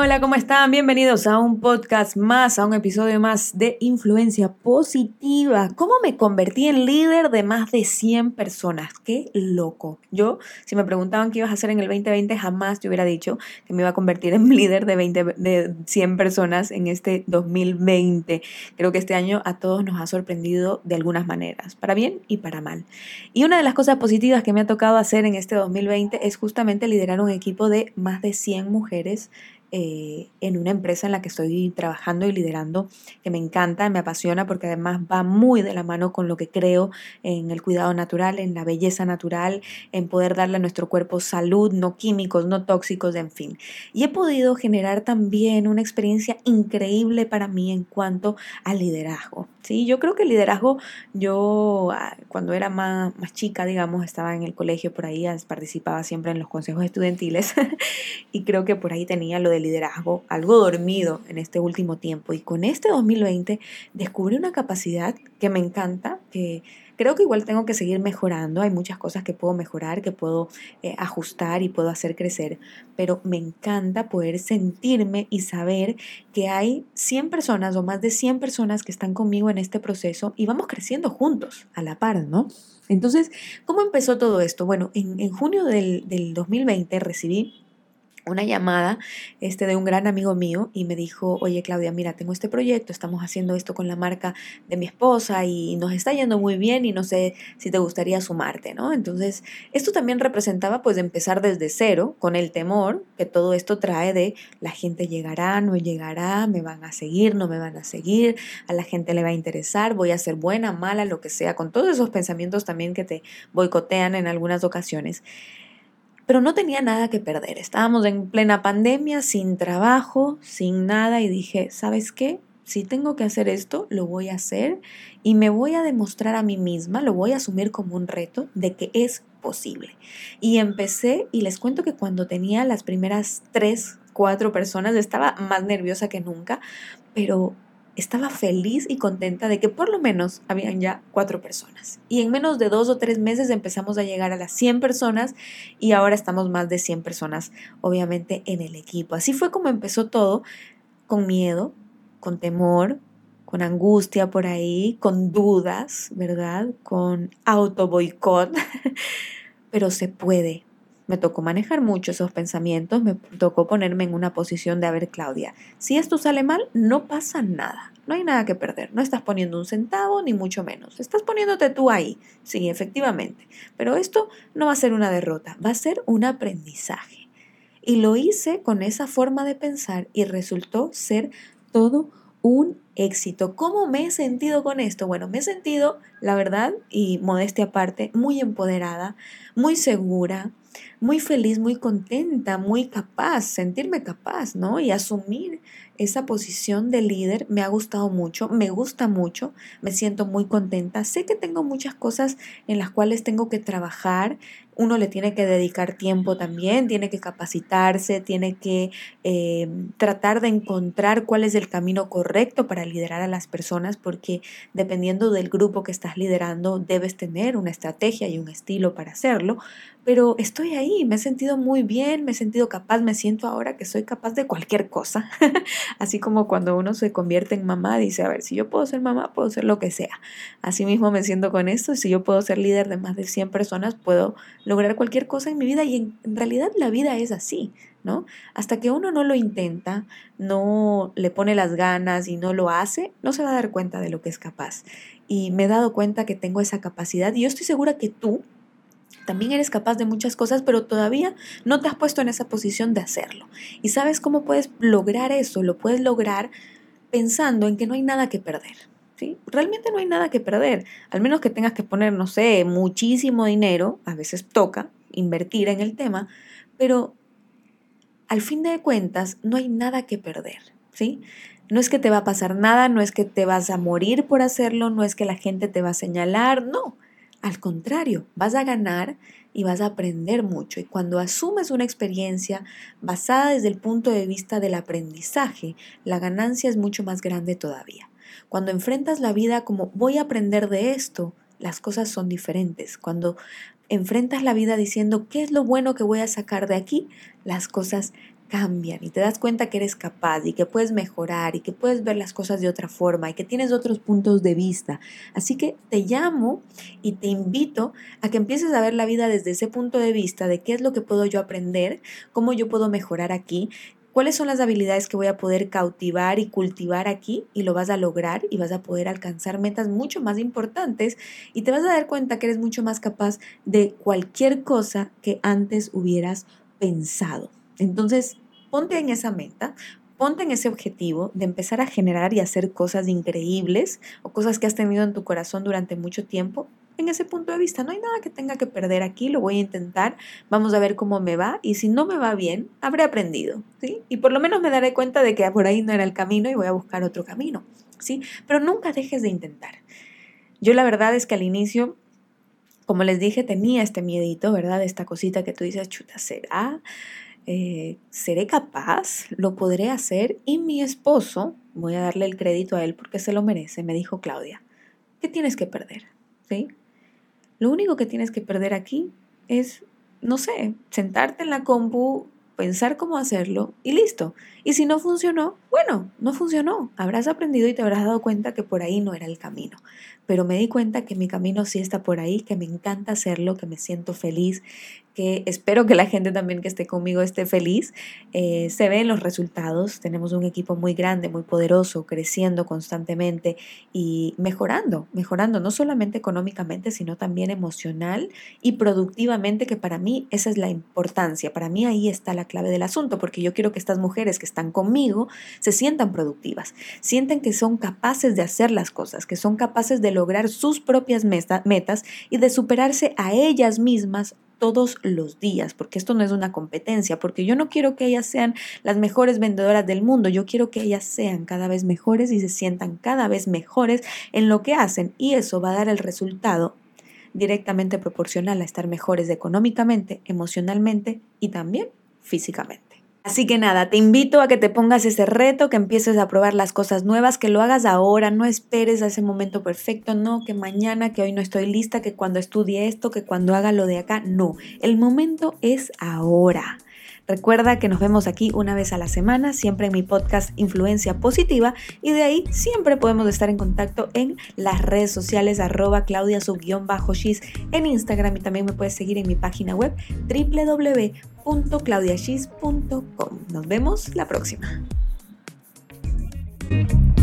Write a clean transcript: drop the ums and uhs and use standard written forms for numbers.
Hola, ¿cómo están? Bienvenidos a un podcast más, a un episodio más de Influencia Positiva. ¿Cómo me convertí en líder de más de 100 personas? ¡Qué loco! Yo, si me preguntaban qué ibas a hacer en el 2020, jamás te hubiera dicho que me iba a convertir en líder de 100 personas en este 2020. Creo que este año a todos nos ha sorprendido de algunas maneras, para bien y para mal. Y una de las cosas positivas que me ha tocado hacer en este 2020 es justamente liderar un equipo de más de 100 mujeres en una empresa en la que estoy trabajando y liderando, que me encanta, me apasiona porque además va muy de la mano con lo que creo en el cuidado natural, en la belleza natural, en poder darle a nuestro cuerpo salud, no químicos, no tóxicos, en fin. Y he podido generar también una experiencia increíble para mí en cuanto al liderazgo. Sí, yo creo que el liderazgo, cuando era más chica, digamos, estaba en el colegio por ahí, participaba siempre en los consejos estudiantiles y creo que por ahí tenía lo de liderazgo algo dormido en este último tiempo. Y con este 2020 descubrí una capacidad que me encanta, que creo que igual tengo que seguir mejorando. Hay muchas cosas que puedo mejorar, que puedo ajustar y puedo hacer crecer, pero me encanta poder sentirme y saber que hay 100 personas o más de 100 personas que están conmigo en este proceso y vamos creciendo juntos, a la par, ¿no? Entonces, ¿cómo empezó todo esto? Bueno, en junio del 2020 recibí una llamada de un gran amigo mío y me dijo, oye Claudia, mira, tengo este proyecto, estamos haciendo esto con la marca de mi esposa y nos está yendo muy bien y no sé si te gustaría sumarte, ¿no? Entonces, esto también representaba pues empezar desde cero con el temor que todo esto trae de la gente llegará, no llegará, me van a seguir, no me van a seguir, a la gente le va a interesar, voy a ser buena, mala, lo que sea, con todos esos pensamientos también que te boicotean en algunas ocasiones. Pero no tenía nada que perder. Estábamos en plena pandemia, sin trabajo, sin nada, y dije, ¿sabes qué? Si tengo que hacer esto, lo voy a hacer y me voy a demostrar a mí misma, lo voy a asumir como un reto de que es posible. Y empecé, y les cuento que cuando tenía las primeras 3, 4 personas, estaba más nerviosa que nunca, pero estaba feliz y contenta de que por lo menos habían ya 4 personas. Y en menos de 2 o 3 meses empezamos a llegar a las 100 personas y ahora estamos más de 100 personas, obviamente, en el equipo. Así fue como empezó todo, con miedo, con temor, con angustia por ahí, con dudas, ¿verdad? Con auto boicot, pero se puede. Me tocó manejar mucho esos pensamientos, me tocó ponerme en una posición de, a ver, Claudia, si esto sale mal, no pasa nada, no hay nada que perder, no estás poniendo un centavo, ni mucho menos, estás poniéndote tú ahí, sí, efectivamente, pero esto no va a ser una derrota, va a ser un aprendizaje. Y lo hice con esa forma de pensar y resultó ser todo un éxito. ¿Cómo me he sentido con esto? Bueno, me he sentido, la verdad, y modestia aparte, muy empoderada, muy segura, muy feliz, muy contenta, muy capaz, sentirme capaz, ¿no? Y asumir esa posición de líder me ha gustado mucho, me gusta mucho, me siento muy contenta. Sé que tengo muchas cosas en las cuales tengo que trabajar. Uno le tiene que dedicar tiempo también, tiene que capacitarse, tiene que tratar de encontrar cuál es el camino correcto para liderar a las personas, porque dependiendo del grupo que estás liderando, debes tener una estrategia y un estilo para hacerlo. Pero estoy ahí, me he sentido muy bien, me he sentido capaz, me siento ahora que soy capaz de cualquier cosa. Así como cuando uno se convierte en mamá, dice, a ver, si yo puedo ser mamá, puedo ser lo que sea. Así mismo me siento con esto, si yo puedo ser líder de más de 100 personas, puedo lograr cualquier cosa en mi vida y en realidad la vida es así, ¿no? Hasta que uno no lo intenta, no le pone las ganas y no lo hace, no se va a dar cuenta de lo que es capaz. Y me he dado cuenta que tengo esa capacidad y yo estoy segura que tú también eres capaz de muchas cosas, pero todavía no te has puesto en esa posición de hacerlo. ¿Y sabes cómo puedes lograr eso? Lo puedes lograr pensando en que no hay nada que perder. ¿Sí? Realmente no hay nada que perder, al menos que tengas que poner, no sé, muchísimo dinero, a veces toca invertir en el tema, pero al fin de cuentas no hay nada que perder, ¿sí? No es que te va a pasar nada, no es que te vas a morir por hacerlo, no es que la gente te va a señalar, no. Al contrario, vas a ganar y vas a aprender mucho. Y cuando asumes una experiencia basada desde el punto de vista del aprendizaje, la ganancia es mucho más grande todavía. Cuando enfrentas la vida como voy a aprender de esto, las cosas son diferentes. Cuando enfrentas la vida diciendo qué es lo bueno que voy a sacar de aquí, las cosas cambian y te das cuenta que eres capaz y que puedes mejorar y que puedes ver las cosas de otra forma y que tienes otros puntos de vista. Así que te llamo y te invito a que empieces a ver la vida desde ese punto de vista de qué es lo que puedo yo aprender, cómo yo puedo mejorar aquí, cuáles son las habilidades que voy a poder cautivar y cultivar aquí, y lo vas a lograr y vas a poder alcanzar metas mucho más importantes y te vas a dar cuenta que eres mucho más capaz de cualquier cosa que antes hubieras pensado. Entonces, ponte en esa meta, ponte en ese objetivo de empezar a generar y hacer cosas increíbles o cosas que has tenido en tu corazón durante mucho tiempo. En ese punto de vista, no hay nada que tenga que perder aquí, lo voy a intentar, vamos a ver cómo me va y si no me va bien, habré aprendido, ¿sí? Y por lo menos me daré cuenta de que por ahí no era el camino y voy a buscar otro camino, ¿sí? Pero nunca dejes de intentar. Yo la verdad es que al inicio, como les dije, tenía este miedito, ¿verdad? Esta cosita que tú dices, chuta, ¿será? ¿Seré capaz? ¿Lo podré hacer? Y mi esposo, voy a darle el crédito a él porque se lo merece, me dijo: Claudia, ¿qué tienes que perder? ¿Sí? Lo único que tienes que perder aquí es, no sé, sentarte en la compu, pensar cómo hacerlo y listo. Y si no funcionó, bueno, no funcionó. Habrás aprendido y te habrás dado cuenta que por ahí no era el camino. Pero me di cuenta que mi camino sí está por ahí, que me encanta hacerlo, que me siento feliz, que espero que la gente también que esté conmigo esté feliz. Se ven los resultados. Tenemos un equipo muy grande, muy poderoso, creciendo constantemente y mejorando, no solamente económicamente, sino también emocional y productivamente, que para mí esa es la importancia. Para mí ahí está la clave del asunto, porque yo quiero que estas mujeres que están conmigo se sientan productivas, sienten que son capaces de hacer las cosas, que son capaces de lograr sus propias metas y de superarse a ellas mismas todos los días, porque esto no es una competencia, porque yo no quiero que ellas sean las mejores vendedoras del mundo, yo quiero que ellas sean cada vez mejores y se sientan cada vez mejores en lo que hacen, y eso va a dar el resultado directamente proporcional a estar mejores económicamente, emocionalmente y también físicamente. Así que nada, te invito a que te pongas ese reto, que empieces a probar las cosas nuevas, que lo hagas ahora, no esperes a ese momento perfecto, no, que mañana, que hoy no estoy lista, que cuando estudie esto, que cuando haga lo de acá, no, el momento es ahora. Recuerda que nos vemos aquí una vez a la semana, siempre en mi podcast Influencia Positiva, y de ahí siempre podemos estar en contacto en las redes sociales @claudia_shiz en Instagram, y también me puedes seguir en mi página web www.claudiashiz.com. Nos vemos la próxima.